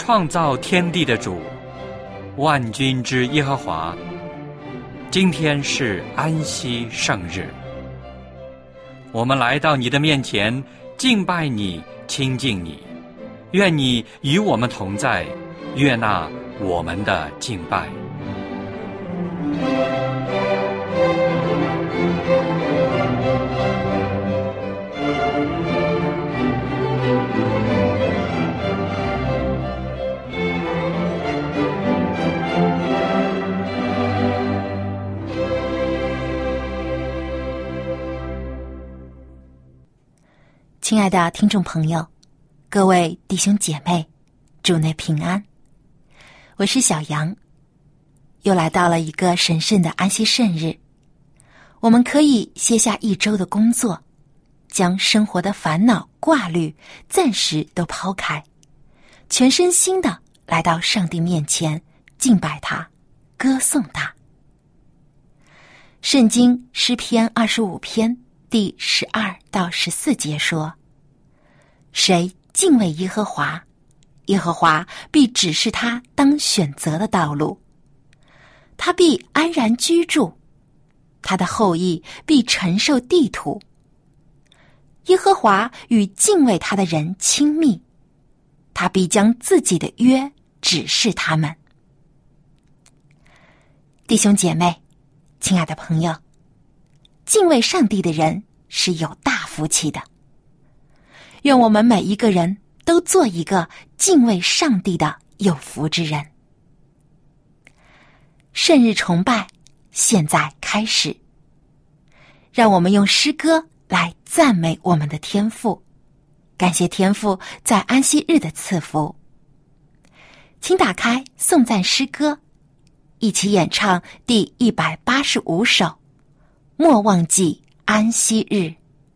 创造天地的主，万军之耶和华，今天是安息圣日。我们来到你的面前，敬拜你，亲近你。愿你与我们同在，悦纳我们的敬拜。 亲爱的听众朋友，各位弟兄姐妹，主内平安。我是小杨，又来到了一个神圣的安息圣日，我们可以歇下一周的工作，将生活的烦恼挂虑暂时都抛开，全身心的来到上帝面前敬拜他，歌颂他。圣经诗篇25篇第12到14节说，谁敬畏耶和华，耶和华必指示他当选择的道路，他必安然居住，他的后裔必承受地土。耶和华与敬畏他的人亲密，他必将自己的约指示他们。弟兄姐妹，亲爱的朋友，敬畏上帝的人是有大福气的。愿我们每一个人都做一个敬畏上帝的有福之人。圣日崇拜现在开始，让我们用诗歌来赞美我们的天父，感谢天父在安息日的赐福。请打开颂赞诗歌，一起演唱第185首，莫忘记安息日。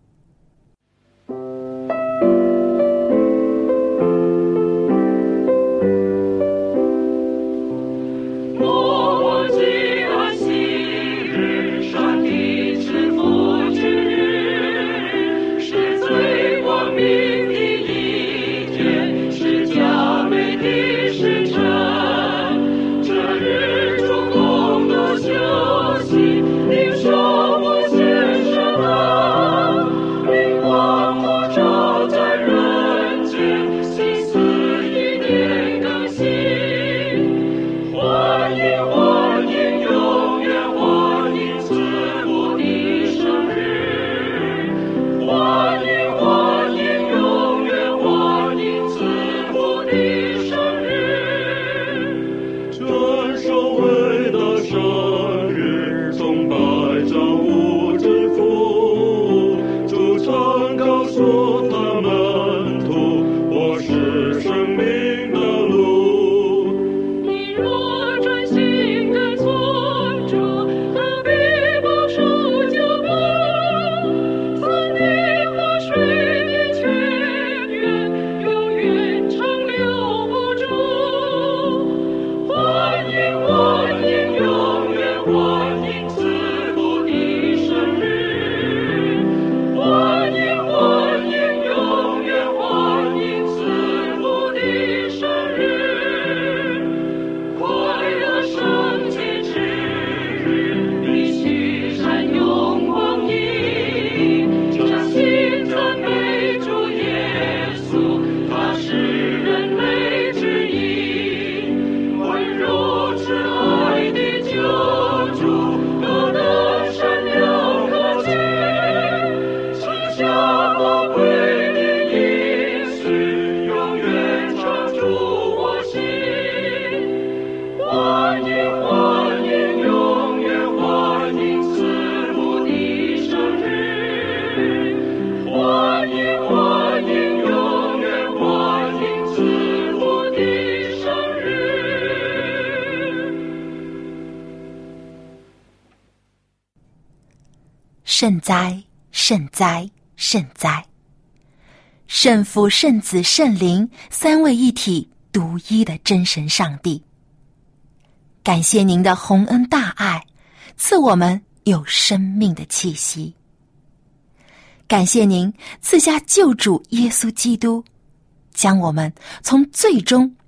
圣哉，圣哉，圣哉！圣父、圣子、圣灵三位一体独一的真神上帝，感谢您的宏恩大爱，赐我们有生命的气息。感谢您赐下救主耶稣基督，将我们从罪中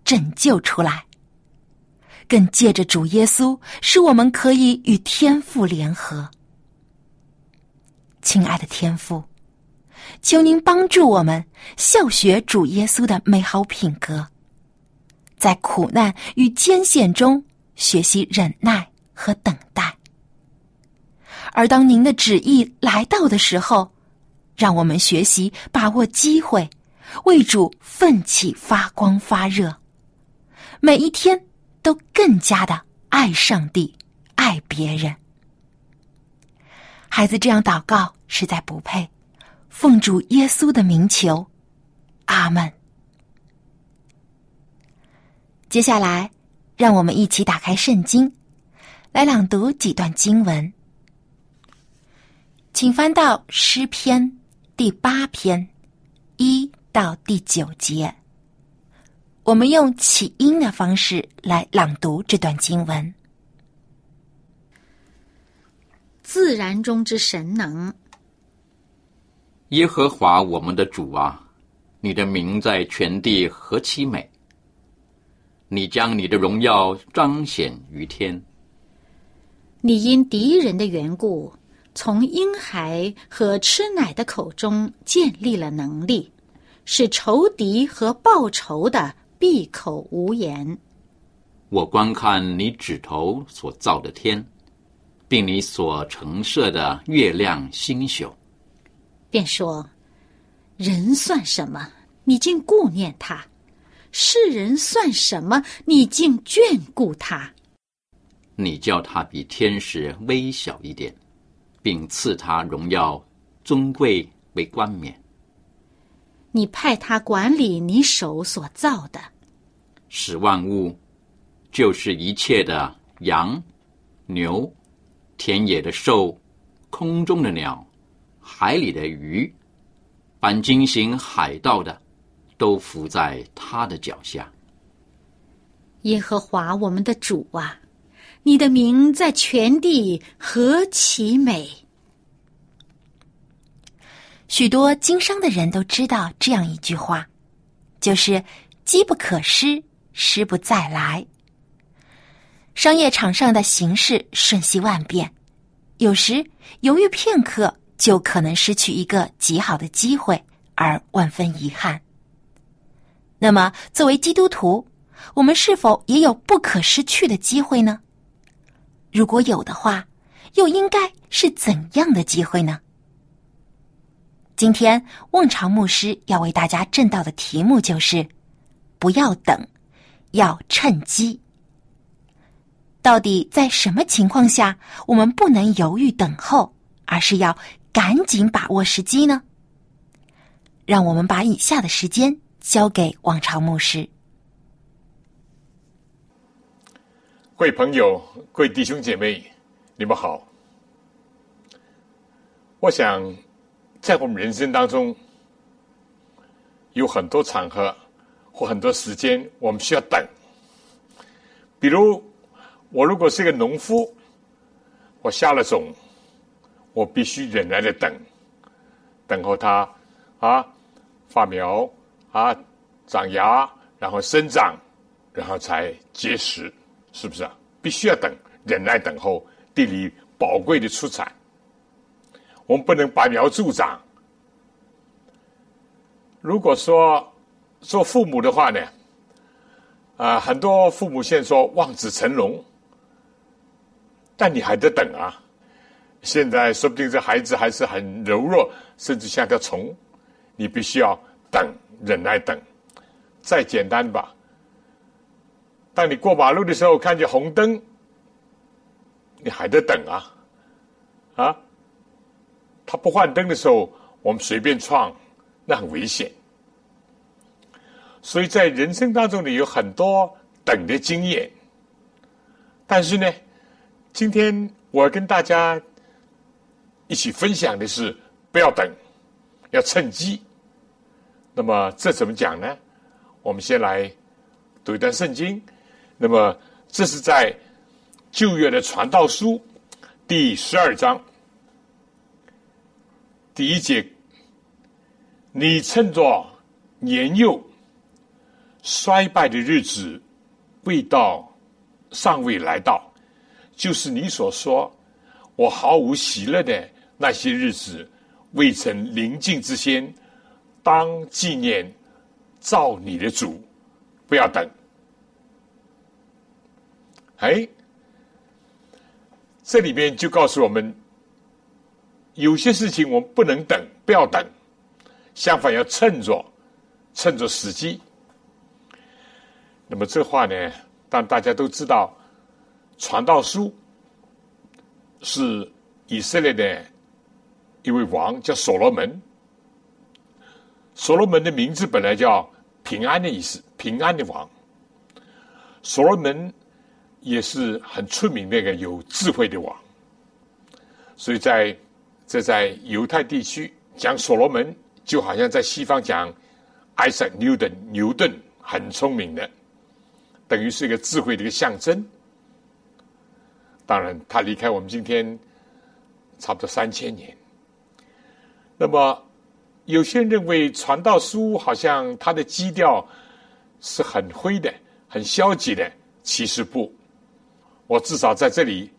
拯救出来，更借着主耶稣，使我们可以与天父联合。亲爱的天父，求您帮助我们效学主耶稣的美好品格，在苦难与艰险中学习忍耐和等待。而当您的旨意来到的时候，让我们学习把握机会，为主奋起发光发热，每一天都更加的爱上帝，爱别人。孩子这样祷告实在不配，奉主耶稣的名求，阿们。接下来让我们一起打开圣经，来朗读几段经文。请翻到诗篇第8篇1到第9节，我们用起音的方式来朗读这段经文。 自然中之神能， 耶和华我们的主啊，你的名在全地何其美！你将你的荣耀彰显于天。 你因敌人的缘故，从婴孩和吃奶的口中建立了能力，使仇敌和报仇的闭口无言。 我观看你指头所造的天，并你所陈设的月亮星宿， 便说：人算什么，你竟顾念他；世人算什么，你竟眷顾他。 你叫他比天使微小一点，并赐他荣耀尊贵为冠冕。 你派他管理你手所造的， 使万物，就是一切的羊、牛、田野的兽、空中的鸟、海里的鱼，凡经行海道的，都伏在他的脚下。 耶和华我们的主啊，你的名在全地何其美！ 许多经商的人都知道这样一句话，就是机不可失，失不再来。商业场上的形势瞬息万变，有时犹豫片刻就可能失去一个极好的机会，而万分遗憾。那么作为基督徒，我们是否也有不可失去的机会呢？如果有的话，又应该是怎样的机会呢？今天望潮牧师要为大家证道的题目就是不要等，要趁机。到底在什么情况下我们不能犹豫等候，而是要赶紧把握时机呢？让我们把以下的时间交给望潮牧师。 各位朋友，各位弟兄姐妹，你们好。我想在我们人生当中有很多场合或很多时间我们需要等。比如我如果是一个农夫，我下了种，我必须忍耐的等候它发苗长芽，然后生长，然后才结实，是不是啊？必须要等，忍耐等候地里宝贵的出产。我们不能拔苗助长。如果说做父母的话呢，很多父母现在说望子成龙，但你还得等啊。现在说不定这孩子还是很柔弱，甚至像条虫，你必须要等，忍耐等。再简单吧，当你过马路的时候看见红灯，你还得等啊，他不换灯的时候我们随便闯，那很危险。所以在人生当中呢，有很多等的经验。但是呢，今天我要跟大家一起分享的是不要等，要趁机。那么这怎么讲呢？我们先来读一段圣经。那么这是在旧约的传道书第12章第1节，你趁着年幼衰败的日子尚未来到，就是你所说我毫无喜乐的那些日子未曾临近之先，当纪念造你的主，不要等。这里面就告诉我们，有些事情我们不能等，不要等，相反要趁着时机。那么这话呢，当大家都知道，传道书是以色列的一位王叫所罗门。所罗门的名字本来叫平安的意思，平安的王。所罗门也是很出名的一个有智慧的王，所以在犹太地区讲所罗门，就好像在西方讲 Isaac Newton 牛顿，很聪明的，等于是一个智慧的一个象征。当然他离开我们今天差不多3000年。那么有些人认为传道书好像它的基调是很灰的，很消极的，其实不。我至少在这里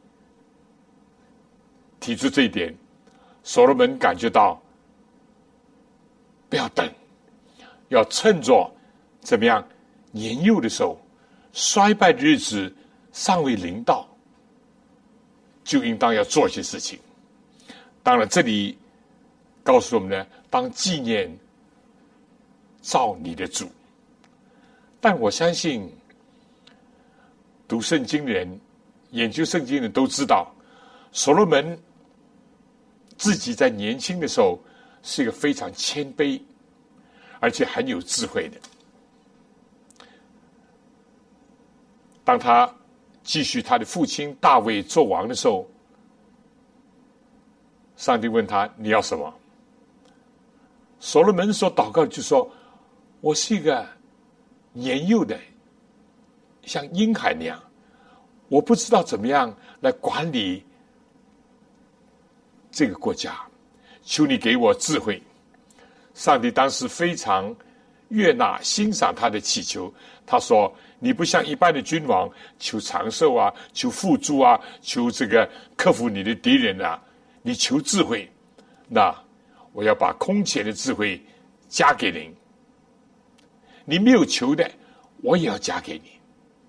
提出这一点，所罗门感觉到不要等，要趁着怎么样年幼的时候，衰败的日子尚未临到，就应当要做一些事情。当然这里告诉我们呢，当纪念造你的主。但我相信读圣经的人，研究圣经的人都知道，所罗门自己在年轻的时候是一个非常谦卑而且很有智慧的。当他继续他的父亲大卫做王的时候，上帝问他你要什么？所罗门所祷告就说，我是一个年幼的像婴孩那样，我不知道怎么样来管理这个国家，求你给我智慧。上帝当时非常悦纳欣赏他的祈求，他说你不像一般的君王求长寿啊，求富足啊，求这个克服你的敌人啊，你求智慧，那我要把空前的智慧加给您，你没有求的我也要加给你。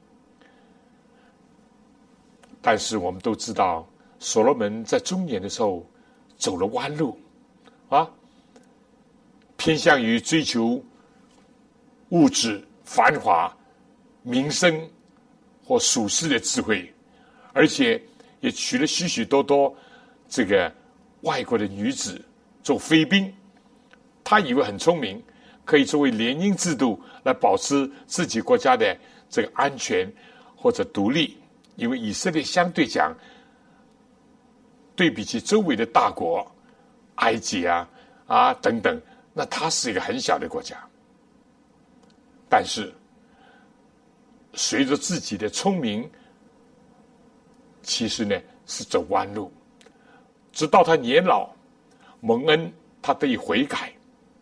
但是我们都知道，所罗门在中年的时候走了弯路啊，偏向于追求物质繁华名声或属世的智慧，而且也娶了许许多多这个外国的女子做妃嫔。他以为很聪明，可以作为联姻制度来保持自己国家的这个安全或者独立。因为以色列相对讲，对比起周围的大国埃及啊等等，那它是一个很小的国家。但是随着自己的聪明，其实呢是走弯路，直到他年老蒙恩，他得以悔改。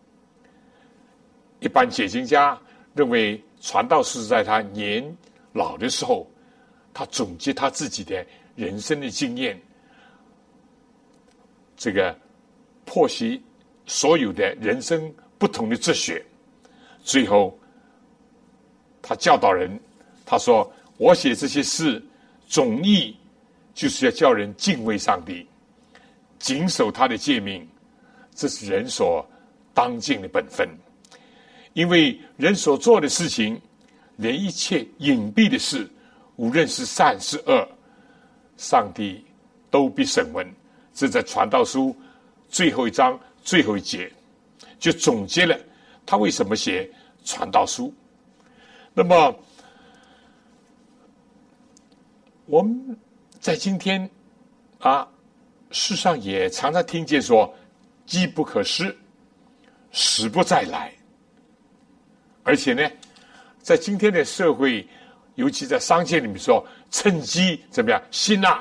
一般解经家认为，传道是在他年老的时候，他总结他自己的人生的经验，这个剖析所有的人生不同的哲学，最后他教导人，他说我写这些事总意就是要叫人敬畏上帝，谨守他的诫命，这是人所当尽的本分。因为人所做的事情，连一切隐蔽的事，无论是善是恶，上帝都必审问。这在传道书最后一章最后一节就总结了他为什么写传道书。那么我们在今天世上也常常听见说，机不可失，时不再来。而且呢，在今天的社会，尤其在商界里面说，趁机怎么样辛辣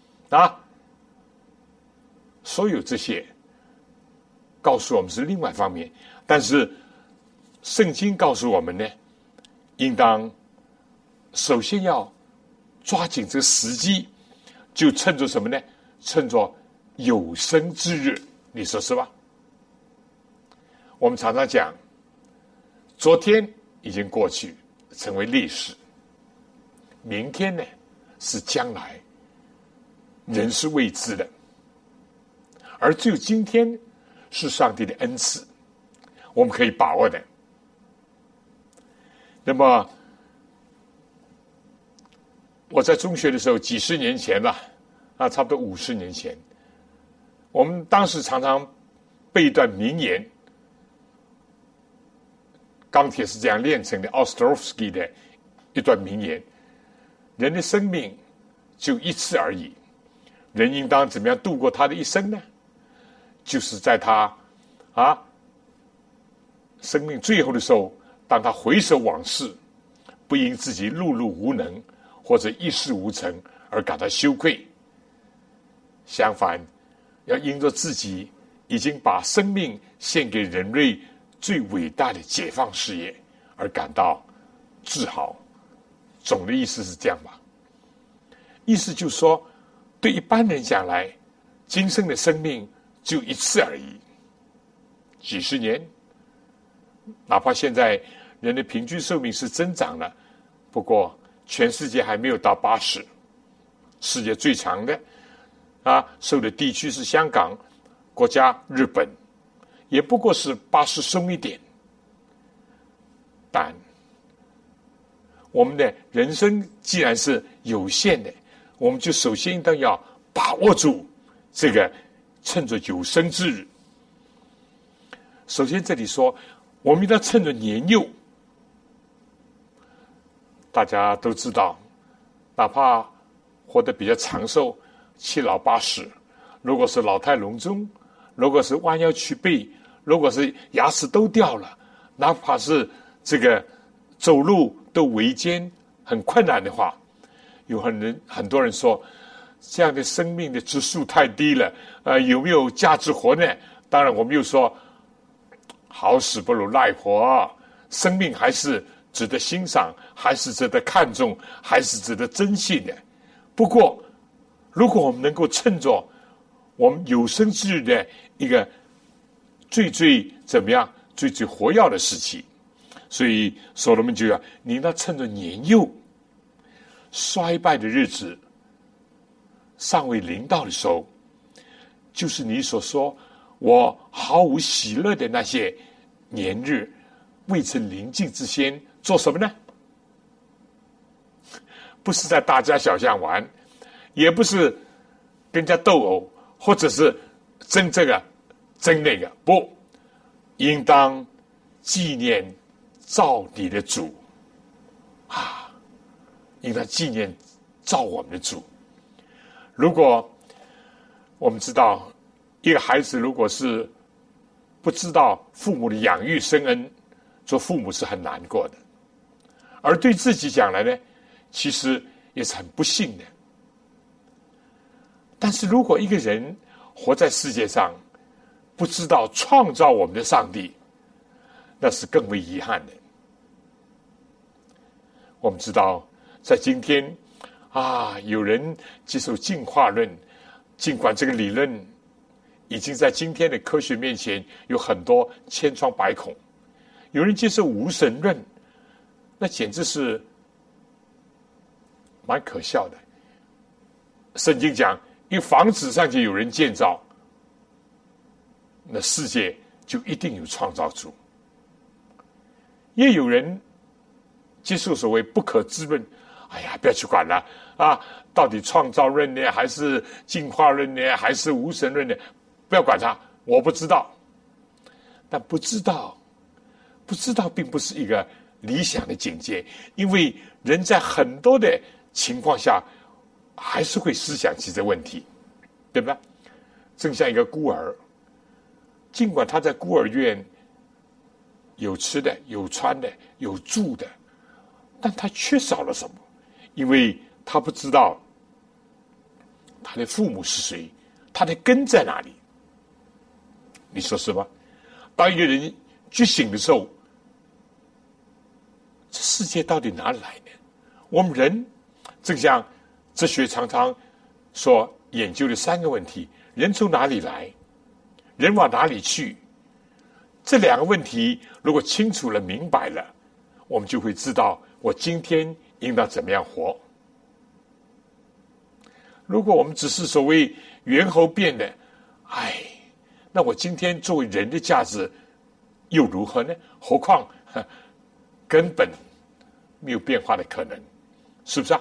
所有这些告诉我们是另外一方面。但是圣经告诉我们呢， 应当首先要抓紧这个时机，就趁着什么呢？趁着有生之日，你说是吧？我们常常讲，昨天已经过去，成为历史，明天呢是将来，人是未知的，而只有今天是上帝的恩赐，我们可以把握的。那么我在中学的时候，几十年前吧，差不多50年前，我们当时常常背一段名言，钢铁是这样炼成的，奥斯特洛夫斯基的一段名言：人的生命就一次而已，人应当怎么样度过他的一生呢？就是在他生命最后的时候，当他回首往事，不因自己碌碌无能或者一事无成而感到羞愧，相反，要因着自己已经把生命献给人类最伟大的解放事业而感到自豪。总的意思是这样吧？意思就是说，对一般人讲来，今生的生命就一次而已，几十年，哪怕现在人的平均寿命是增长了，不过全世界还没有到80，世界最长的受的地区是香港，国家日本，也不过是80松一点。但我们的人生既然是有限的，我们就首先应当要把握住这个，趁着有生之日。首先这里说，我们应当趁着年幼。大家都知道，哪怕活得比较长寿，7老80，如果是老态龙钟，如果是弯腰曲背，如果是牙齿都掉了，哪怕是这个走路都维艰很困难的话，有很多人说，这样的生命的指数太低了，有没有价值活呢？当然我们又说，好死不如赖活，生命还是值得欣赏，还是值得看重，还是值得珍惜的。不过如果我们能够趁着我们有生之日的一个最怎么样最活跃的时期，所以所罗门就要你应当趁着年幼，衰败的日子尚未临到的时候，就是你所说我毫无喜乐的那些年日未曾临近之先，做什么呢？不是在大街小巷玩，也不是跟人家斗殴，或者是争这个争那个，不，应当纪念造你的主应当纪念造我们的主。如果我们知道一个孩子如果是不知道父母的养育生恩，做父母是很难过的，而对自己讲来呢，其实也是很不幸的。但是如果一个人活在世界上不知道创造我们的上帝，那是更为遗憾的。我们知道在今天有人接受进化论，尽管这个理论已经在今天的科学面前有很多千疮百孔，有人接受无神论，那简直是蛮可笑的。圣经讲，因为房子上就有人建造，那世界就一定有创造主。也有人接受所谓不可知论，不要去管了到底创造论呢，还是进化论呢，还是无神论呢？不要管它，我不知道。但不知道并不是一个理想的境界，因为人在很多的情况下还是会思想起这问题，对吧？正像一个孤儿，尽管他在孤儿院有吃的，有穿的，有住的，但他缺少了什么？因为他不知道他的父母是谁，他的根在哪里。你说是吧？当一个人觉醒的时候， 世界到底哪里来呢？我们人正像哲学常常所研究的3个问题：人从哪里来，人往哪里去。这2个问题如果清楚了明白了，我们就会知道我今天应当怎么样活。如果我们只是所谓猿猴变的，那我今天作为人的价值又如何呢？何况根本没有变化的可能，是不是啊？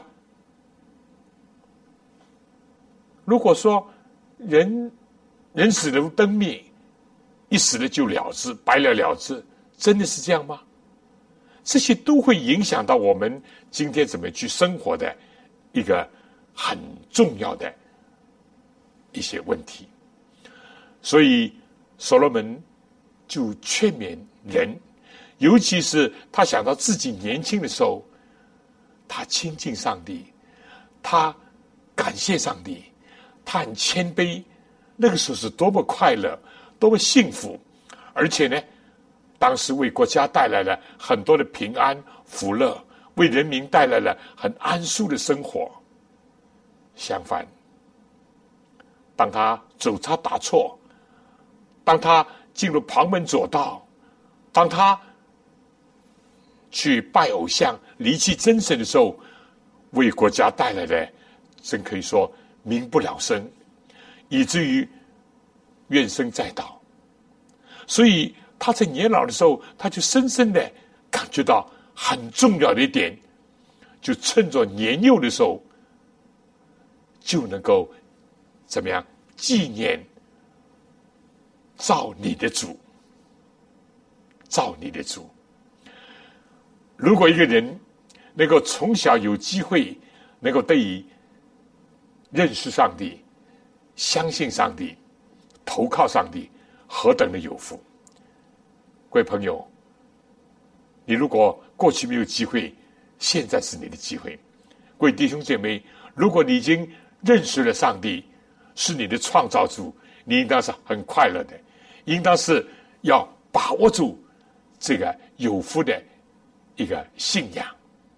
如果说人死如灯灭，一死了就了之，白了了之，真的是这样吗？这些都会影响到我们今天怎么去生活的一个很重要的一些问题。所以所罗门就劝勉人，尤其是他想到自己年轻的时候，他亲近上帝，他感谢上帝，他很谦卑，那个时候是多么快乐，多么幸福，而且呢，当时为国家带来了很多的平安福乐，为人民带来了很安舒的生活。相反，当他走差打错，当他进入旁门左道，当他去拜偶像离弃真神的时候，为国家带来的真可以说民不聊生，以至于怨声载道。所以他在年老的时候，他就深深的感觉到很重要的一点，就趁着年幼的时候就能够怎么样纪念造你的主，造你的主。如果一个人能够从小有机会能够得以认识上帝，相信上帝，投靠上帝，何等的有福。各位朋友，你如果过去没有机会，现在是你的机会。各位弟兄姐妹，如果你已经认识了上帝是你的创造主，你应当是很快乐的，应当是要把握住这个有福的一个信仰。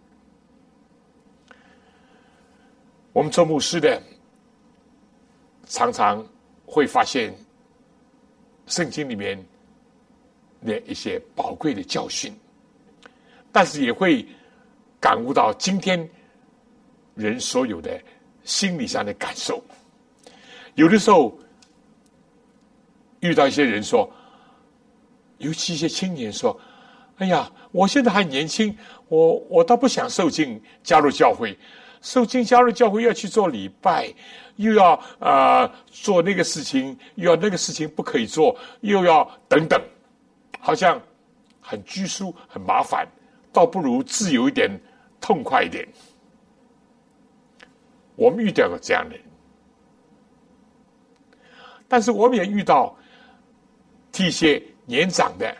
我们做牧师的常常会发现圣经里面的一些宝贵的教训，但是也会感悟到今天人所有的心理上的感受。有的时候遇到一些人说，尤其一些青年说，哎呀，我现在还年轻，我倒不想受浸加入教会，受浸加入教会要去做礼拜，又要做那个事情，又要那个事情不可以做，又要等等，好像很拘束很麻烦，倒不如自由一点，痛快一点。我们遇到过这样的人，但是我们也遇到替一些年长的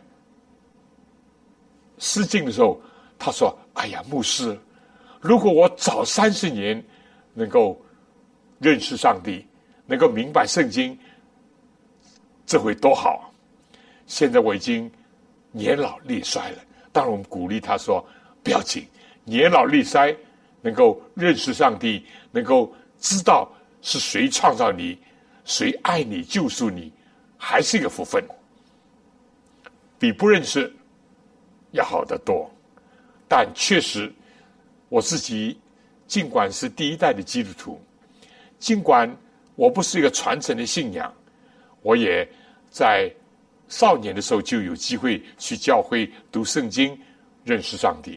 失敬的时候，他说，哎呀，牧师，如果我早30年能够认识上帝，能够明白圣经，这会多好。现在我已经年老力衰了。当然我们鼓励他说，不要紧，年老力衰能够认识上帝，能够知道是谁创造你，谁爱你救赎你，还是一个福分，比不认识要好得多。但确实我自己尽管是第一代的基督徒，尽管我不是一个传承的信仰，我也在少年的时候就有机会去教会读圣经，认识上帝。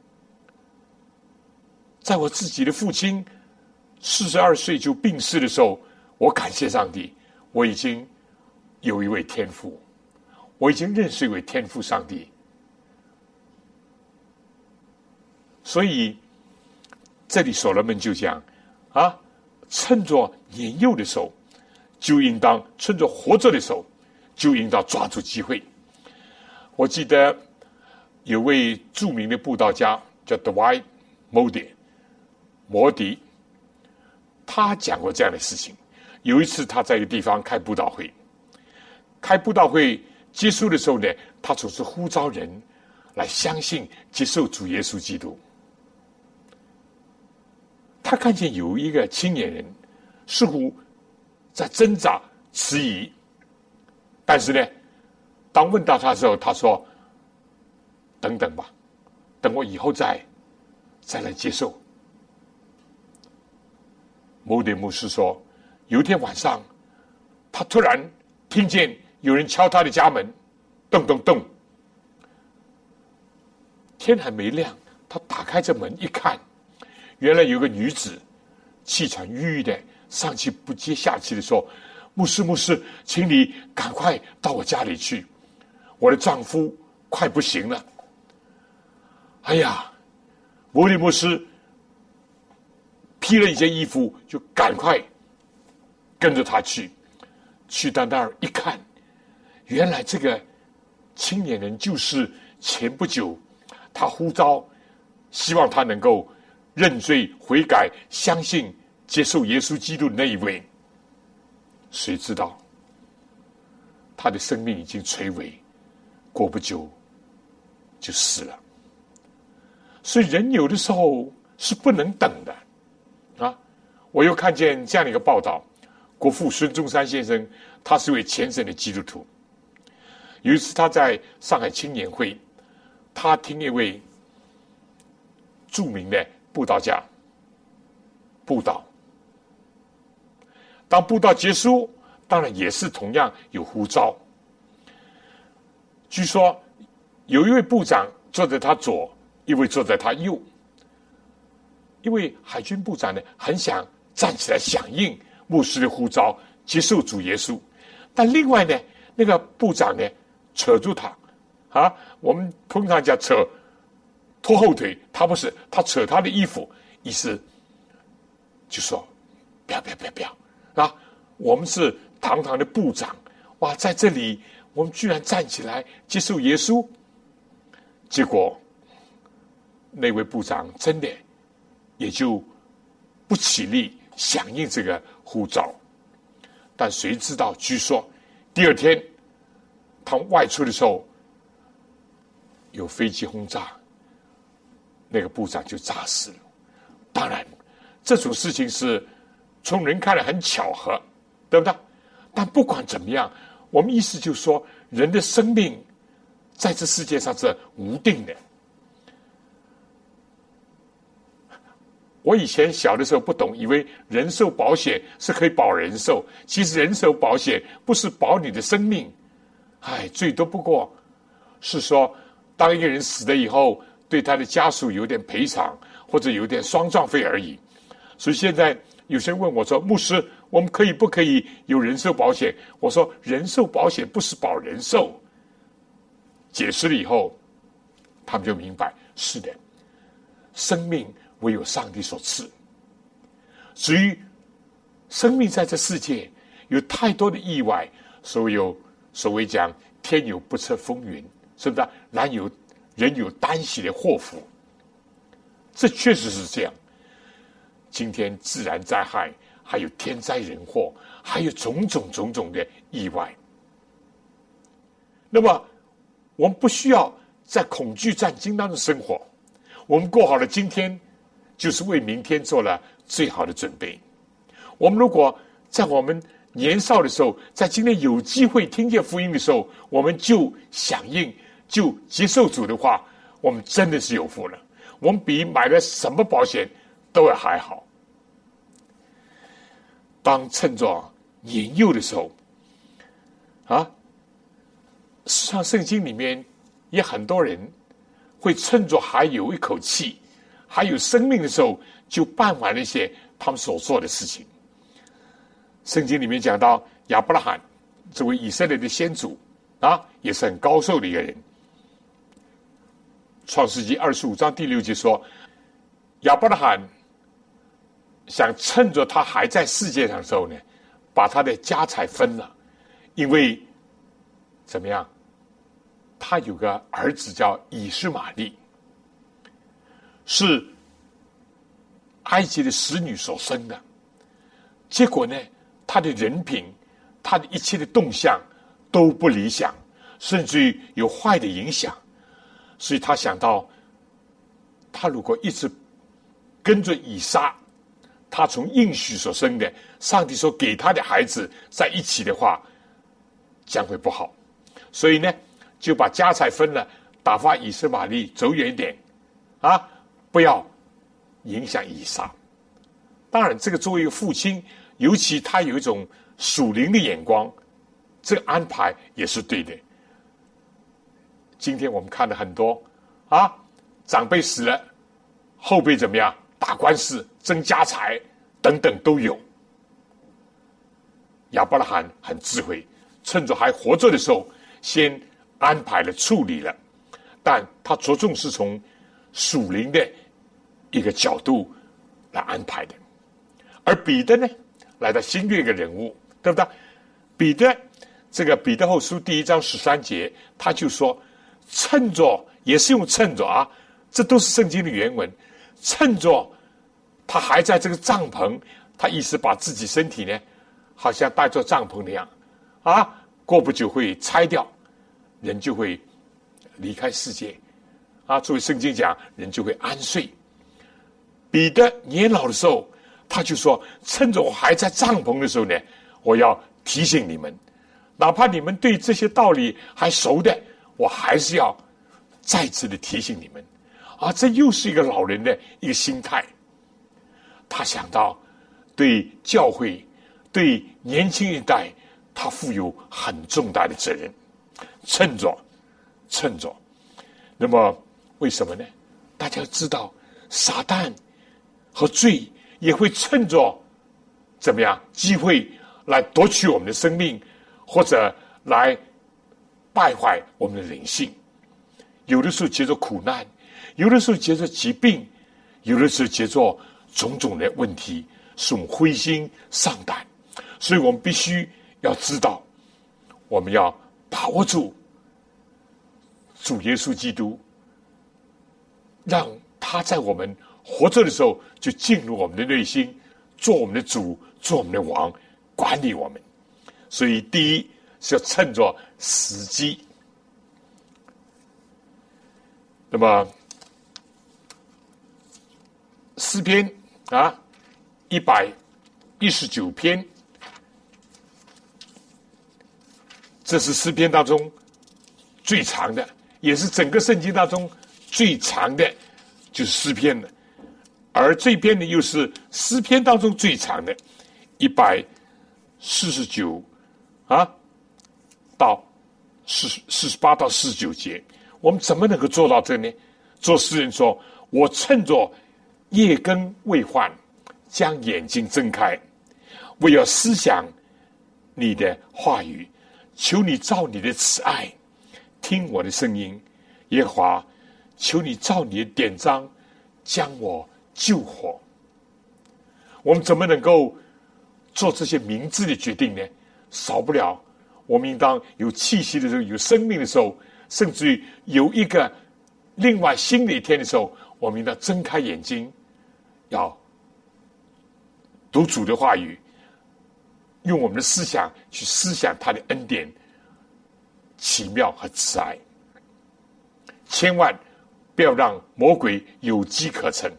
在我自己的父亲42岁就病逝的时候，我感谢上帝，我已经有一位天父，我已经认识一位天父上帝。所以这里所罗门就讲趁着年幼的时候，就应当趁着活着的时候，就应当抓住机会。我记得有位著名的布道家叫 Dwight Moody 摩迪，他讲过这样的事情。有一次他在一个地方开布道会，开布道会结束的时候呢，他总是呼召人来相信接受主耶稣基督。他看见有一个青年人似乎在挣扎迟疑，但是呢，当问到他的时候，他说：“等等吧，等我以后再来接受。”某点牧师说，有一天晚上，他突然听见有人敲他的家门，咚咚咚。天还没亮，他打开这门一看，原来有个女子气喘吁吁的上气不接下气的说：“牧师，请你赶快到我家里去，我的丈夫快不行了。”哎呀，摩利牧师披了一件衣服，就赶快跟着他去到那儿一看，原来这个青年人就是前不久他呼召希望他能够认罪悔改，相信接受耶稣基督的那一位。谁知道他的生命已经垂危，过不久就死了。所以人有的时候是不能等的啊！我又看见这样的一个报道，国父孙中山先生，他是位虔诚的基督徒。有一次他在上海青年会，他听一位著名的布道家布道，当布道结束，当然也是同样有呼召。据说有一位部长坐在他左，一位坐在他右。因为海军部长呢，很想站起来响应牧师的呼召，接受主耶稣，但另外呢，那个部长呢扯住他啊，我们通常讲扯拖后腿，他不是，他扯他的衣服，意思就说不要啊！我们是堂堂的部长，哇，在这里我们居然站起来接受耶稣，结果那位部长真的也就不起立响应这个呼召。但谁知道，据说第二天他们外出的时候有飞机轰炸，那个部长就炸死了。当然这种事情是从人看来很巧合，对不对？但不管怎么样，我们意思就是说，人的生命在这世界上是无定的。我以前小的时候不懂，以为人寿保险是可以保人寿，其实人寿保险不是保你的生命，最多不过是说，当一个人死了以后，对他的家属有点赔偿，或者有点丧葬费而已。所以现在有些人问我说：“牧师，我们可以不可以有人寿保险？”我说：“人寿保险不是保人寿。”解释了以后，他们就明白，是的，生命唯有上帝所赐。至于生命在这世界有太多的意外，所谓讲天有不测风云，是不是？人有单喜的祸福，这确实是这样。今天自然灾害，还有天灾人祸，还有种种的意外。那么我们不需要在恐惧战惊当中生活，我们过好了今天，就是为明天做了最好的准备。我们如果在我们年少的时候，在今天有机会听见福音的时候，我们就响应，就接受主的话，我们真的是有福了。我们比买了什么保险都要还好。当趁着年幼的时候实际上圣经里面也很多人会趁着还有一口气，还有生命的时候，就办完了一些他们所做的事情。圣经里面讲到亚伯拉罕这位以色列的先祖也是很高寿的一个人。创世纪25章第6节说，亚伯拉罕想趁着他还在世界上的时候呢，把他的家财分了，因为怎么样，他有个儿子叫以实玛利，是埃及的使女所生的。结果呢，他的人品，他的一切的动向都不理想，甚至于有坏的影响。 所以他想到，他如果一直跟着以撒，他从应许所生的，上帝所给他的孩子在一起的话，将会不好。所以呢，就把家财分了，打发以实玛利走远一点，不要影响以撒。当然，这个作为一个父亲，尤其他有一种属灵的眼光，这个安排也是对的。今天我们看了很多长辈死了，后辈怎么样打官司争家财等等都有。亚伯拉罕很智慧，趁着还活着的时候先安排了处理了，但他着重是从属灵的一个角度来安排的。而彼得呢，来到新约一个人物，对不对？彼得，这个彼得后书第1章13节，他就说趁着，也是用趁着这都是圣经的原文，趁着他还在这个帐篷，他意思把自己身体呢好像带着帐篷那样过不久会拆掉，人就会离开世界作为圣经讲，人就会安睡。彼得年老的时候，他就说趁着我还在帐篷的时候呢，我要提醒你们，哪怕你们对这些道理还熟的，我还是要再次的提醒你们这又是一个老人的一个心态。他想到对教会，对年轻一代，他负有很重大的责任。趁着，那么为什么呢？大家知道撒旦和罪也会趁着怎么样机会来夺取我们的生命，或者来败坏我们的人性。有的时候借着苦难，有的时候借着疾病，有的时候借着种种的问题，使我们灰心丧胆。所以我们必须要知道，我们要把握住主耶稣基督，让他在我们活着的时候就进入我们的内心，做我们的主，做我们的王，管理我们。所以第一是要趁着时机。那么诗篇119篇，这是诗篇当中最长的，也是整个圣经当中最长的，就是诗篇了。而这篇呢，又是诗篇当中最长的，149到48到49节。我们怎么能够做到这呢？做诗人说，我趁着夜更未换，将眼睛睁开，我要思想你的话语，求你照你的慈爱听我的声音。耶和华，求你照你的典章将我救活。我们怎么能够做这些明智的决定呢？少不了我们应当有气息的时候，有生命的时候，甚至于有一个另外新的一天的时候，我们应当睁开眼睛，要读主的话语，用我们的思想去思想他的恩典、奇妙和慈爱。千万不要让魔鬼有机可乘。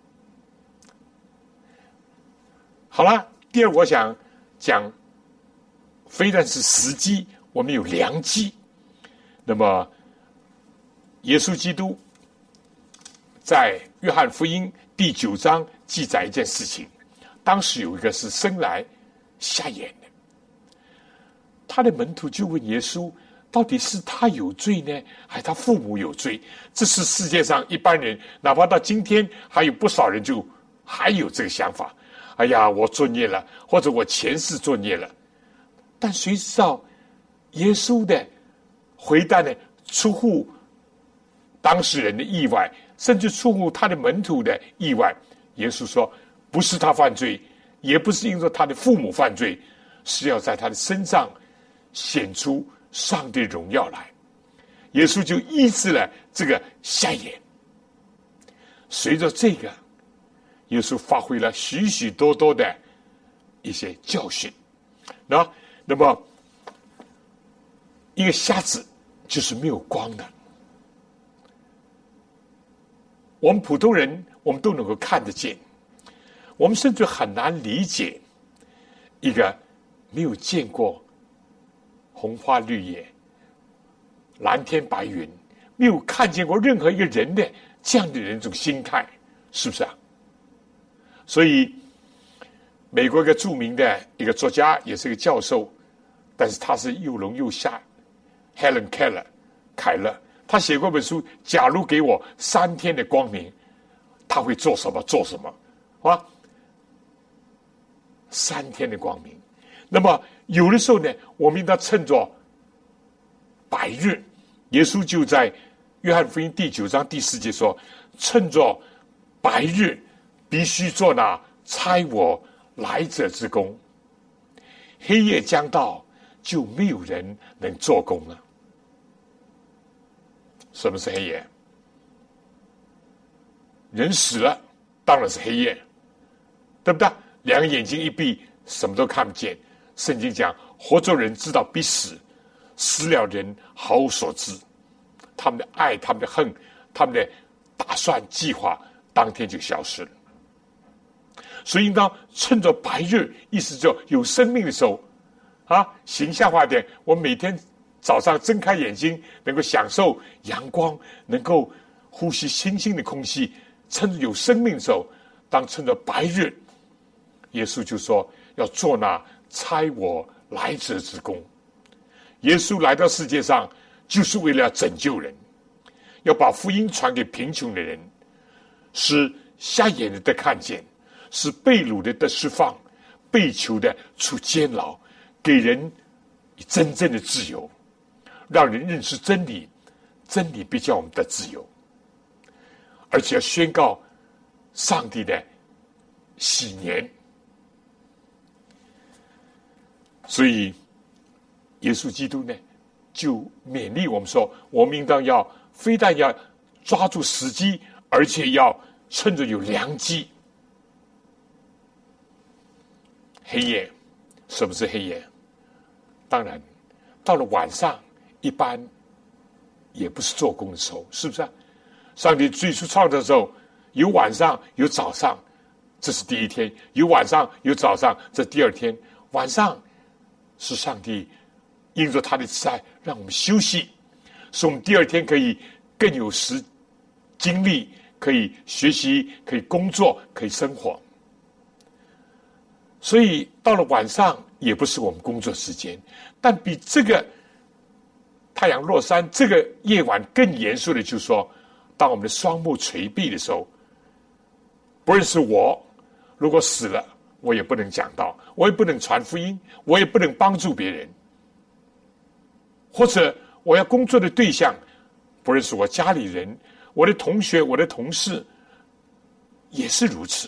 好了，第二我想讲，非但是时机，我们有良机。那么耶稣基督在约翰福音第9章记载一件事情，当时有一个是生来瞎眼的，他的门徒就问耶稣，到底是他有罪呢，还是他父母有罪？这是世界上一般人，哪怕到今天还有不少人就还有这个想法，哎呀，我作孽了，或者我前世作孽了。但谁知道耶稣的回答呢，出乎当事人的意外，甚至出乎他的门徒的意外。耶稣说，不是他犯罪，也不是因着他的父母犯罪，是要在他的身上显出上帝荣耀来。耶稣就医治了这个瞎眼。随着这个，耶稣发挥了许许多多的一些教训。那么一个瞎子就是没有光的， 我们普通人我们都能够看得见，我们甚至很难理解一个没有见过红花绿叶、蓝天白云，没有看见过任何一个人的这样的人种心态，是不是啊？所以美国一个著名的一个作家，也是一个教授，但是他是又聋又瞎 Helen Keller 凯勒，他写过本书，假如给我3天的光明，他会做什么做什么啊？3天的光明。那么有的时候呢，我们应当趁着白日，耶稣就在约翰福音第9章第4节说，趁着白日必须做那差我来者之工，黑夜将到，就没有人能做工了。什么是黑夜？人死了，当然是黑夜，对不对？两个眼睛一闭，什么都看不见。圣经讲，活着人知道必死，死了人毫无所知。他们的爱，他们的恨，他们的打算计划，当天就消失了。所以应当趁着白日，意思就有生命的时候啊，形象化点，我们每天早上睁开眼睛，能够享受阳光，能够呼吸新鲜的空气，趁着有生命的时候，当趁着白日，耶稣就说要做那差我来者之工。耶稣来到世界上就是为了要拯救人，要把福音传给贫穷的人，使瞎眼的得看见，使被掳的得释放，被囚的出监牢，给人真正的自由，让人认识真理，真理必叫我们得自由，而且要宣告上帝的喜年。所以耶稣基督呢，就勉励我们说，我们应当要非但要抓住时机，而且要趁着有良机。黑夜，什么是黑夜？当然到了晚上，一般也不是做工的时候，是不是啊？上帝最初创造的时候，有晚上有早上，这是第一天；有晚上有早上，这第二天。晚上是上帝因着他的慈爱让我们休息，使我们第二天可以更有精力，可以学习，可以工作，可以生活。所以到了晚上也不是我们工作时间，但比这个太阳落山这个夜晚更严肃的就是说，当我们的双目垂闭的时候，不论是我如果死了，我也不能讲道，我也不能传福音，我也不能帮助别人，或者我要工作的对象，不论是我家里人，我的同学，我的同事，也是如此。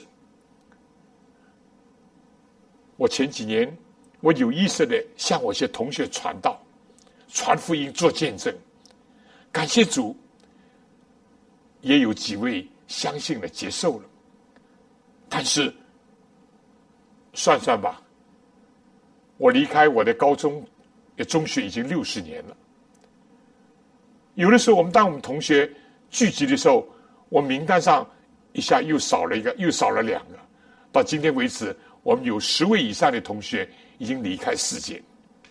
我前几年我有意识的向我一些同学传道，传福音，做见证，感谢主，也有几位相信了，接受了。但是算算吧，我离开我的高中中学已经60年了。有的时候当我们同学聚集的时候，我名单上一下又少了一个，又少了2个，到今天为止我们有10位以上的同学已经离开世界。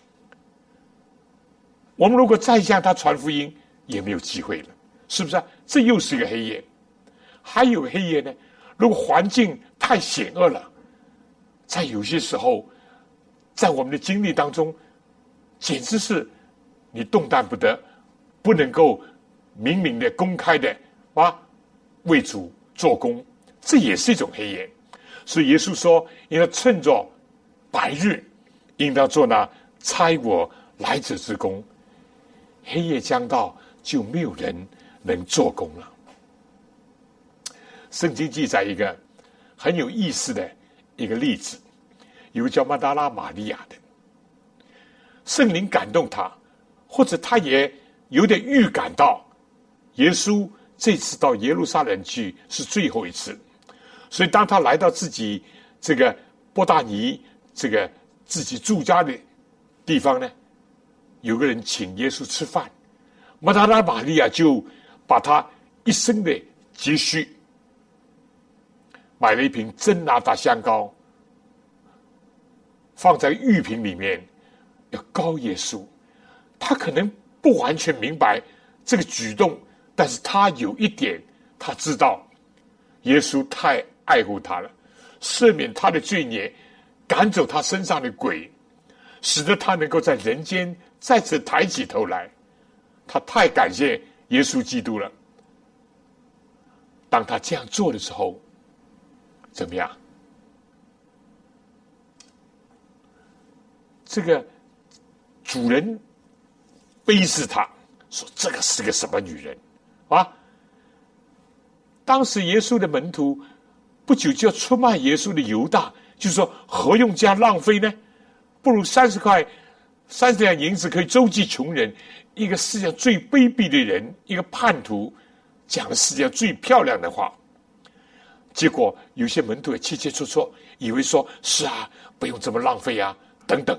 我们如果再向他传福音，也没有机会了，是不是啊？这又是一个黑夜。还有黑夜呢，如果环境太险恶了，在有些时候，在我们的经历当中，简直是你动弹不得，不能够明明的公开的为主做工，这也是一种黑夜。所以耶稣说，应当趁着白日，应当做那差我来者之工，黑夜将到，就没有人能做工了。圣经记载一个很有意思的一个例子，有个叫抹大拉玛利亚的，圣灵感动他，或者他也有点预感到耶稣这次到耶路撒冷去是最后一次，所以当他来到自己这个伯大尼这个自己住家的地方呢，有个人请耶稣吃饭，抹大拉玛利亚就把他一生的积蓄买了一瓶真拿达香膏，放在玉瓶里面，要膏耶稣。他可能不完全明白这个举动，但是他有一点，他知道耶稣太爱护他了，赦免他的罪孽，赶走他身上的鬼，使得他能够在人间再次抬起头来。他太感谢耶稣基督了。当他这样做的时候，怎么样？这个主人卑视他，说这个是个什么女人啊？当时耶稣的门徒不久就要出卖耶稣的犹大，就说何用这样浪费呢？不如30两银子可以周济穷人。一个世界上最卑鄙的人，一个叛徒，讲了世界上最漂亮的话。结果有些门徒也切切磋磋，以为说是啊，不用这么浪费啊，等等。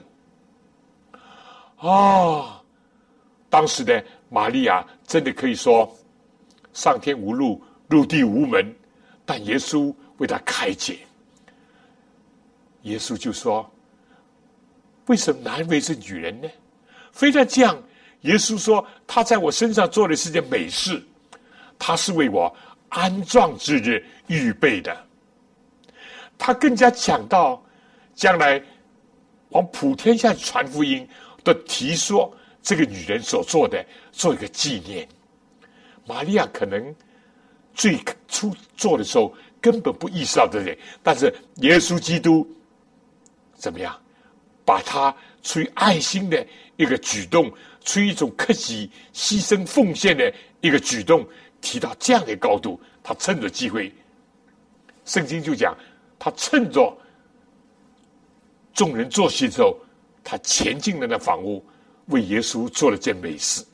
当时的玛利亚真的可以说上天无路，入地无门，但耶稣为他开解。耶稣就说：为什么难为这女人呢？非但这样，耶稣说他在我身上做的是件美事，他是为我安葬之日预备的。他更加讲到将来往普天下传福音的提说这个女人所做的，做一个纪念。玛利亚可能最初做的时候根本不意识到这点，但是耶稣基督怎么样，把他出于爱心的一个举动，出于一种克己牺牲奉献的一个举动，提到这样的高度。他趁着机会，圣经就讲他趁着众人坐席之后，他前进了那房屋，为耶稣做了件美事。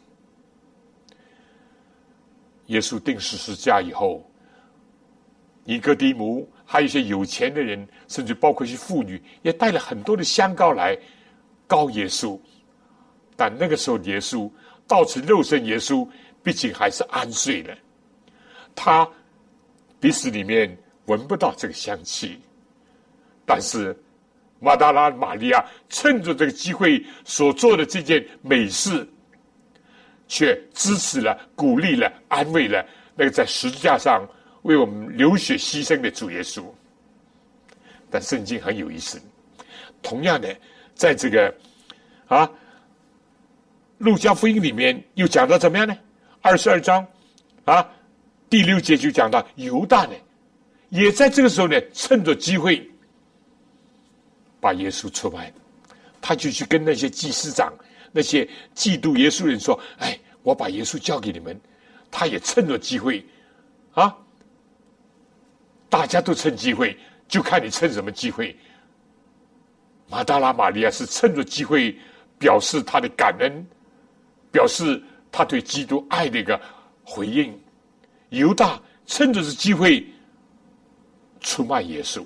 耶稣钉十字架以后，尼哥底母还有一些有钱的人，甚至包括一些妇女，也带了很多的香膏来膏耶稣。但那个时候耶稣到此肉身耶稣毕竟还是安睡了，他鼻子里面闻不到这个香气。但是马达拉玛利亚趁着这个机会所做的这件美事，却支持了、鼓励了、安慰了那个在十字架上为我们流血牺牲的主耶稣。但圣经很有意思，同样的，在这个路加福音里面又讲到怎么样呢？22章第6节就讲到犹大呢，也在这个时候呢，趁着机会把耶稣出卖。他就去跟那些祭司长、那些嫉妒耶稣人说：哎，我把耶稣交给你们。他也趁着机会大家都趁机会，就看你趁什么机会。马达拉玛利亚是趁着机会表示他的感恩，表示他对基督爱的一个回应。犹大趁着这机会出卖耶稣。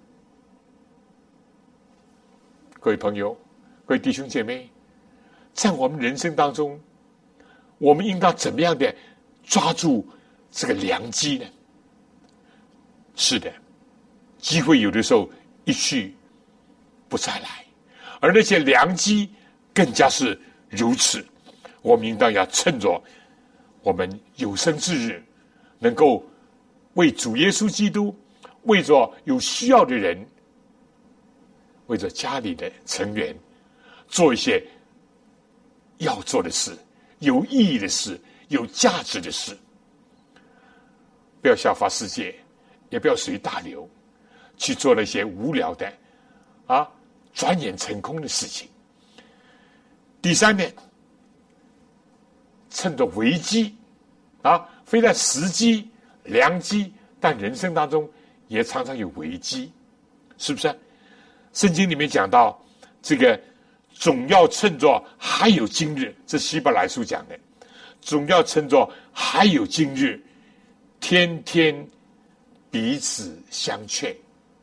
各位朋友，各位弟兄姐妹，在我们人生当中，我们应当怎么样的抓住这个良机呢？是的，机会有的时候一去不再来，而那些良机更加是如此。我们应当要趁着我们有生之日，能够为主耶稣基督，为着有需要的人，为着家里的成员，做一些要做的事，有意义的事，有价值的事。不要效法世界，也不要随大流，去做那些无聊的转眼成空的事情。第三呢，趁着危机非但时机良机，但人生当中也常常有危机，是不是？圣经里面讲到这个总要趁着还有今日，这希伯来书讲的，总要趁着还有今日，天天彼此相劝。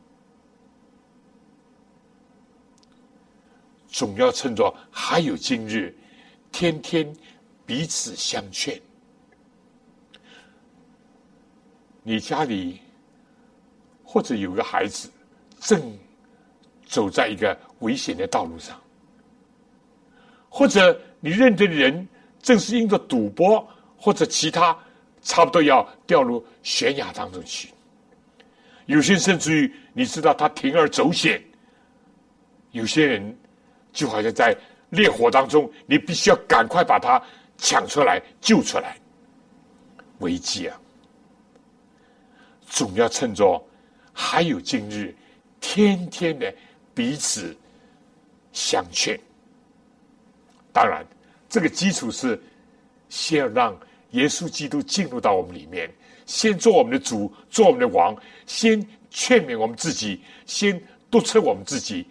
总要趁着还有今日，天天彼此相劝。你家里或者有个孩子正走在一个危险的道路上，或者你认得的人正是因着赌博或者其他差不多要掉入悬崖当中去。有些甚至于你知道他铤而走险，有些人就好像在烈火当中，你必须要赶快把他抢出来救出来。危机啊，总要趁着还有今日，天天的彼此相劝。当然这个基础是先要让耶稣基督进入到我们里面，先做我们的主，做我们的王，先劝勉我们自己，先督促我们自己，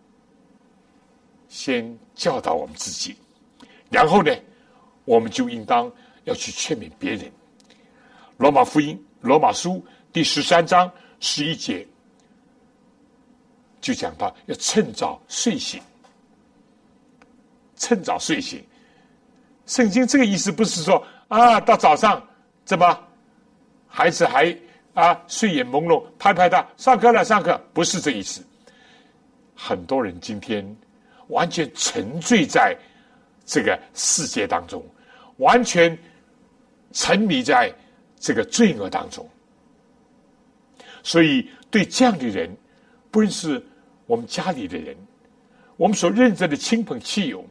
先教导我们自己，然后呢，我们就应当要去劝勉别人。罗马书第13章11节就讲到要趁早睡醒。趁早睡醒，圣经这个意思不是说啊，到早上怎么孩子还睡眼朦胧，拍拍他，上课了，上课，不是这意思。很多人今天完全沉醉在这个世界当中，完全沉迷在这个罪恶当中，所以对这样的人，不论是我们家里的人，我们所认识的亲朋戚友，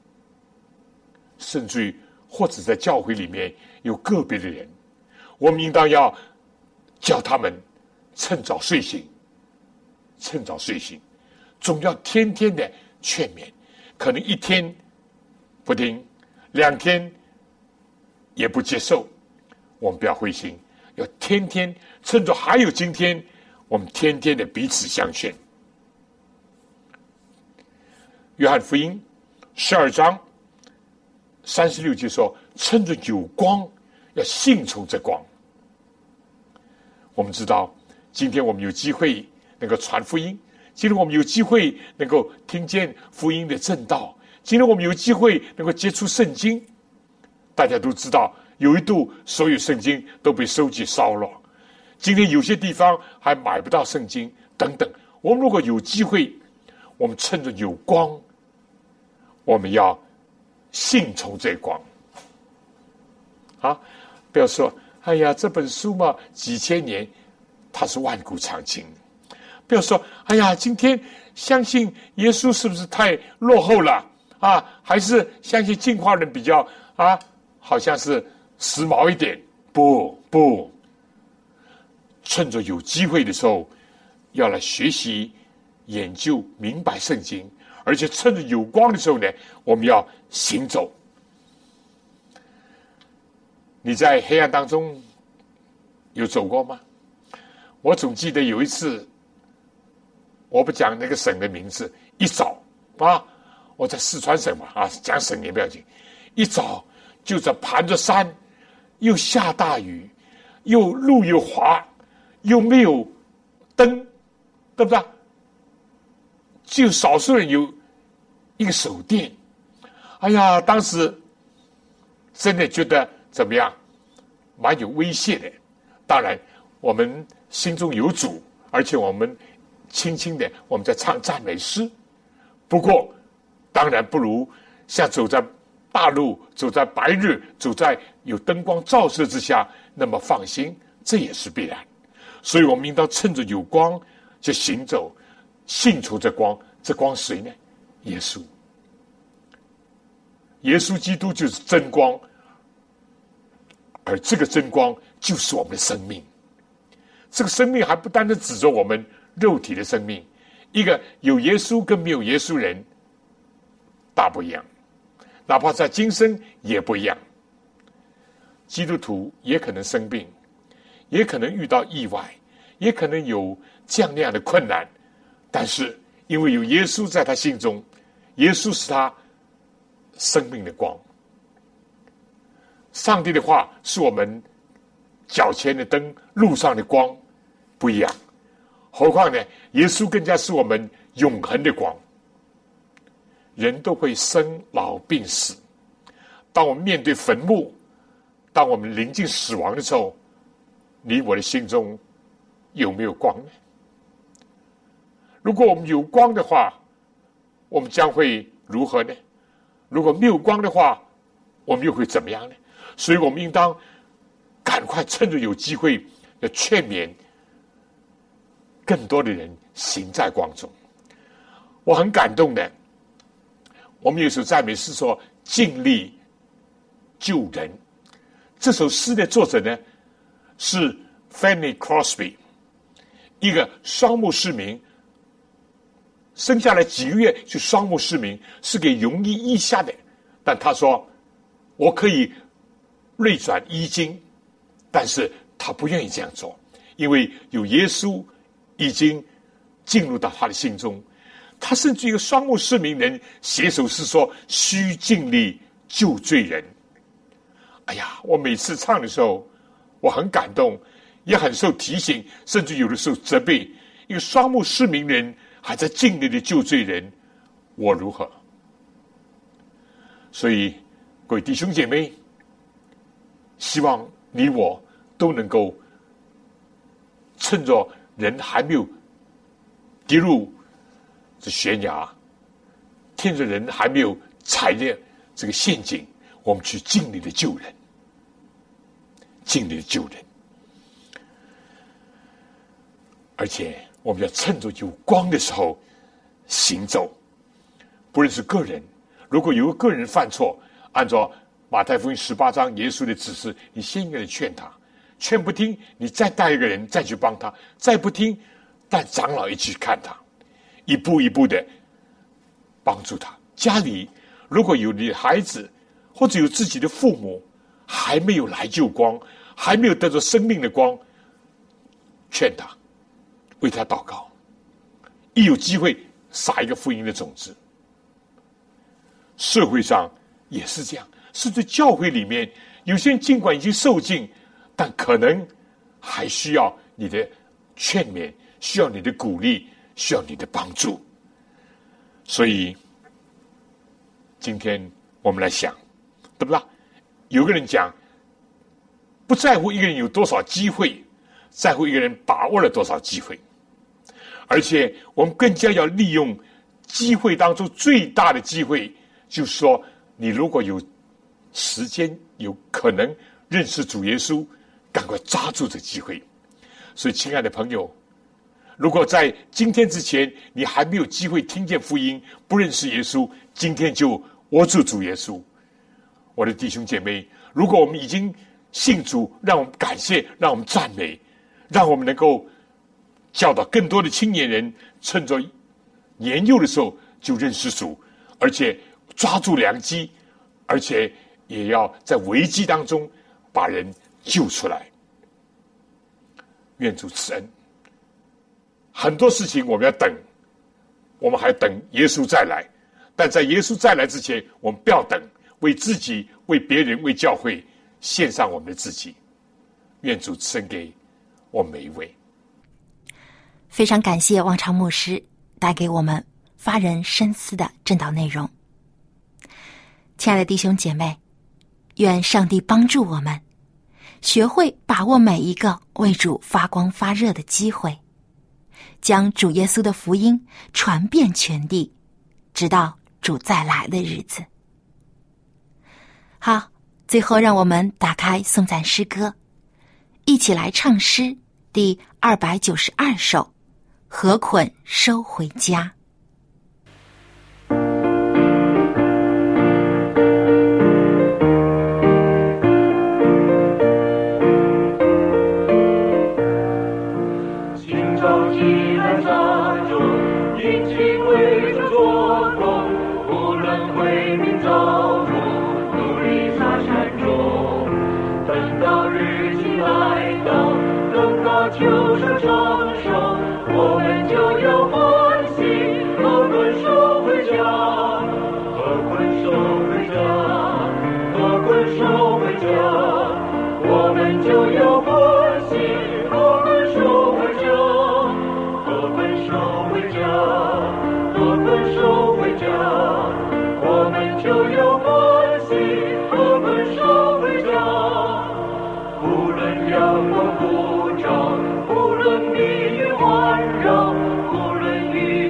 甚至于或者在教会里面有个别的人，我们应当要叫他们趁早睡醒，趁早睡醒，总要天天的劝勉。可能一天不听，2天也不接受，我们不要灰心，要天天趁着还有今天，我们天天的彼此相劝。约翰福音12章36节说，趁着有光，要信从这光。我们知道今天我们有机会能够传福音，今天我们有机会能够听见福音的正道，今天我们有机会能够接触圣经。大家都知道有一度所有圣经都被收集烧了，今天有些地方还买不到圣经等等。我们如果有机会，我们趁着有光，我们要信从这光啊！不要说哎呀，这本书嘛，几千年，它是万古长青。不要说哎呀，今天相信耶稣是不是太落后了啊？还是相信进化论比较好像是时髦一点？不，趁着有机会的时候，要来学习、研究、明白圣经。而且趁着有光的时候呢，我们要行走。你在黑暗当中有走过吗？我总记得有一次，我不讲那个省的名字，一早我在四川省嘛讲省也不要紧，一早就在盘着山，又下大雨，又路又滑，又没有灯，对不对？只有少数人有一个手电。哎呀，当时真的觉得怎么样，蛮有威胁的。当然我们心中有主，而且我们轻轻的我们在唱赞美诗，不过当然不如像走在大路，走在白日，走在有灯光照射之下那么放心，这也是必然。所以我们应当趁着有光就行走，信从这光。这光谁呢？耶稣。耶稣基督就是真光，而这个真光就是我们的生命。这个生命还不单单指着我们肉体的生命，一个有耶稣跟没有耶稣人大不一样，哪怕在今生也不一样。基督徒也可能生病，也可能遇到意外，也可能有这样那样的困难，但是因为有耶稣在他心中，耶稣是他生命的光。上帝的话是我们脚前的灯，路上的光，不一样。何况呢，耶稣更加是我们永恒的光。人都会生老病死，当我们面对坟墓，当我们临近死亡的时候，你我的心中有没有光呢？ 如果我们有光的话，我们将会如何呢？如果没有光的话，我们又会怎么样呢？所以我们应当赶快趁着有机会，要劝勉更多的人行在光中。我很感动的，我们有首赞美诗说尽力救人。这首诗的作者呢是 Fanny Crosby， 一个双目失明，生下来几个月就双目失明，是给庸医医下的。但他说我可以锐转医经，但是他不愿意这样做，因为有耶稣已经进入到他的心中。他甚至一个双目失明人写首诗说须尽力救罪人。哎呀，我每次唱的时候我很感动，也很受提醒，甚至有的时候责备。一个双目失明人还在尽力的救罪人，我如何？所以各位弟兄姐妹，希望你我都能够趁着人还没有跌入这悬崖，趁着人还没有踩进这个陷阱，我们去尽力的救人，尽力的救人。而且我们要趁着有光的时候行走，不论是个人，如果有个人犯错，按照马太福音18章耶稣的指示，你先一个人劝他，劝不听，你再带一个人再去帮他，再不听，带长老一起去看他，一步一步的帮助他。家里如果有你的孩子或者有自己的父母还没有来救光，还没有得着生命的光，劝他，为他祷告，一有机会撒一个福音的种子。社会上也是这样，甚至教会里面有些人尽管已经受尽，但可能还需要你的劝勉，需要你的鼓励，需要你的帮助。所以今天我们来想，对不对？有个人讲，不在乎一个人有多少机会，在乎一个人把握了多少机会。而且我们更加要利用机会当中最大的机会，就是说你如果有时间有可能认识主耶稣，赶快抓住这机会。所以亲爱的朋友，如果在今天之前你还没有机会听见福音，不认识耶稣，今天就握住主耶稣。我的弟兄姐妹，如果我们已经信主，让我们感谢，让我们赞美，让我们能够教导更多的青年人趁着年幼的时候就认识主，而且抓住良机，而且也要在危机当中把人救出来。愿主赐恩。很多事情我们要等，我们还等耶稣再来，但在耶稣再来之前，我们不要等，为自己、为别人、为教会献上我们的自己。愿主赐恩给我们每一位。 非常感谢望昌牧师带给我们发人深思的正道内容。亲爱的弟兄姐妹，愿上帝帮助我们学会把握每一个为主发光发热的机会，将主耶稣的福音传遍全地，直到主再来的日子。好，最后让我们打开颂赞诗歌，一起来唱诗第292首，何捆收回家。 就是成熟，我们就有欢喜，何捆收回家，何捆收回家，何捆收回家，我们就有欢喜，何捆收回家，何捆收回家，何捆收回家，我们就有欢喜，何捆收回家，无论阳光普照，无论蜜语环绕，无论雨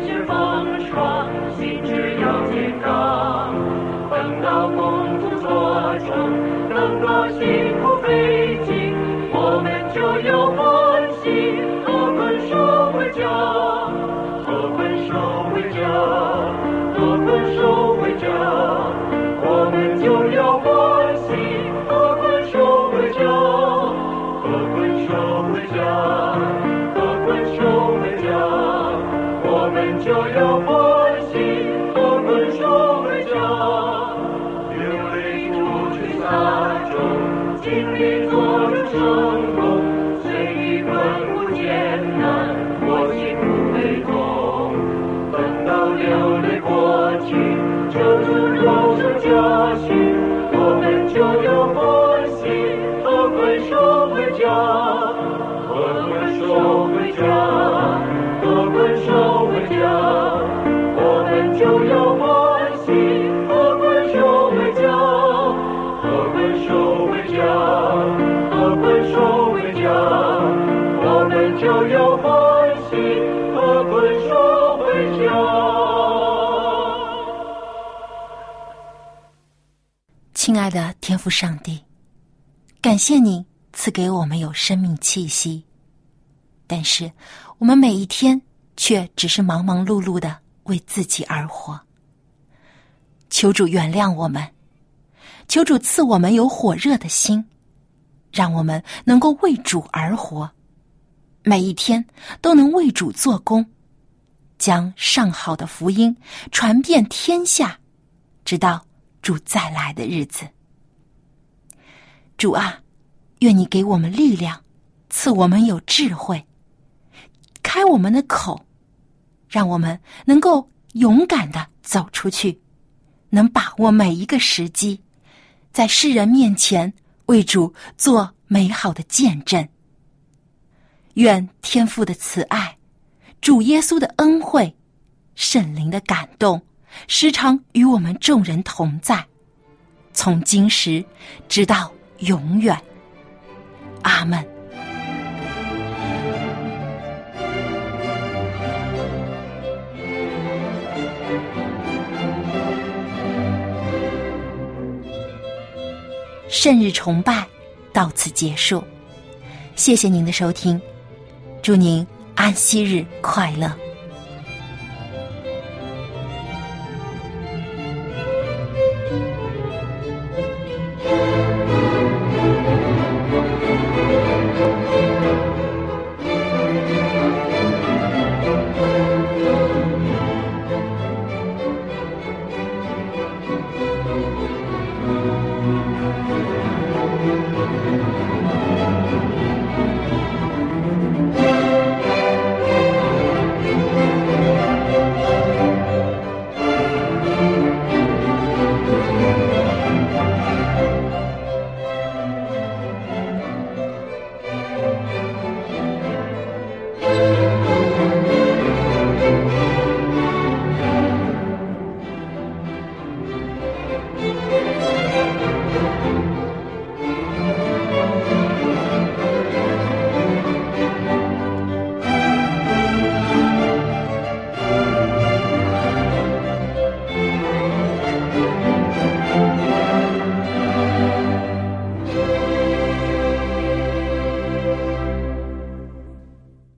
收回家，我们就要欢喜，何困收回家，何困收回家，何困收回家，我们就要欢喜，何困收回家，流泪出去撒种，经历做着成功，虽遇困苦艰难，我心不悲痛，等到流泪过去，救主荣升家许，我们就要欢喜，何困收回家，何困收回家，何困收回家，我们就要欢喜，何困收回家，何困收回家，何困收回家，我们就要欢喜，何困收回家。 亲爱的天父上帝，感谢你赐给我们有生命气息，但是我们每一天却只是忙忙碌碌的为自己而活。求主原谅我们，求主赐我们有火热的心，让我们能够为主而活，每一天都能为主做工，将上好的福音传遍天下，直到主再来的日子。主啊，愿你给我们力量，赐我们有智慧，开我们的口，让我们能够勇敢地走出去，能把握每一个时机，在世人面前为主做美好的见证。愿天父的慈爱，主耶稣的恩惠，圣灵的感动，时常与我们众人同在，从今时直到永远。阿们。圣日崇拜到此结束，谢谢您的收听，祝您安息日快乐。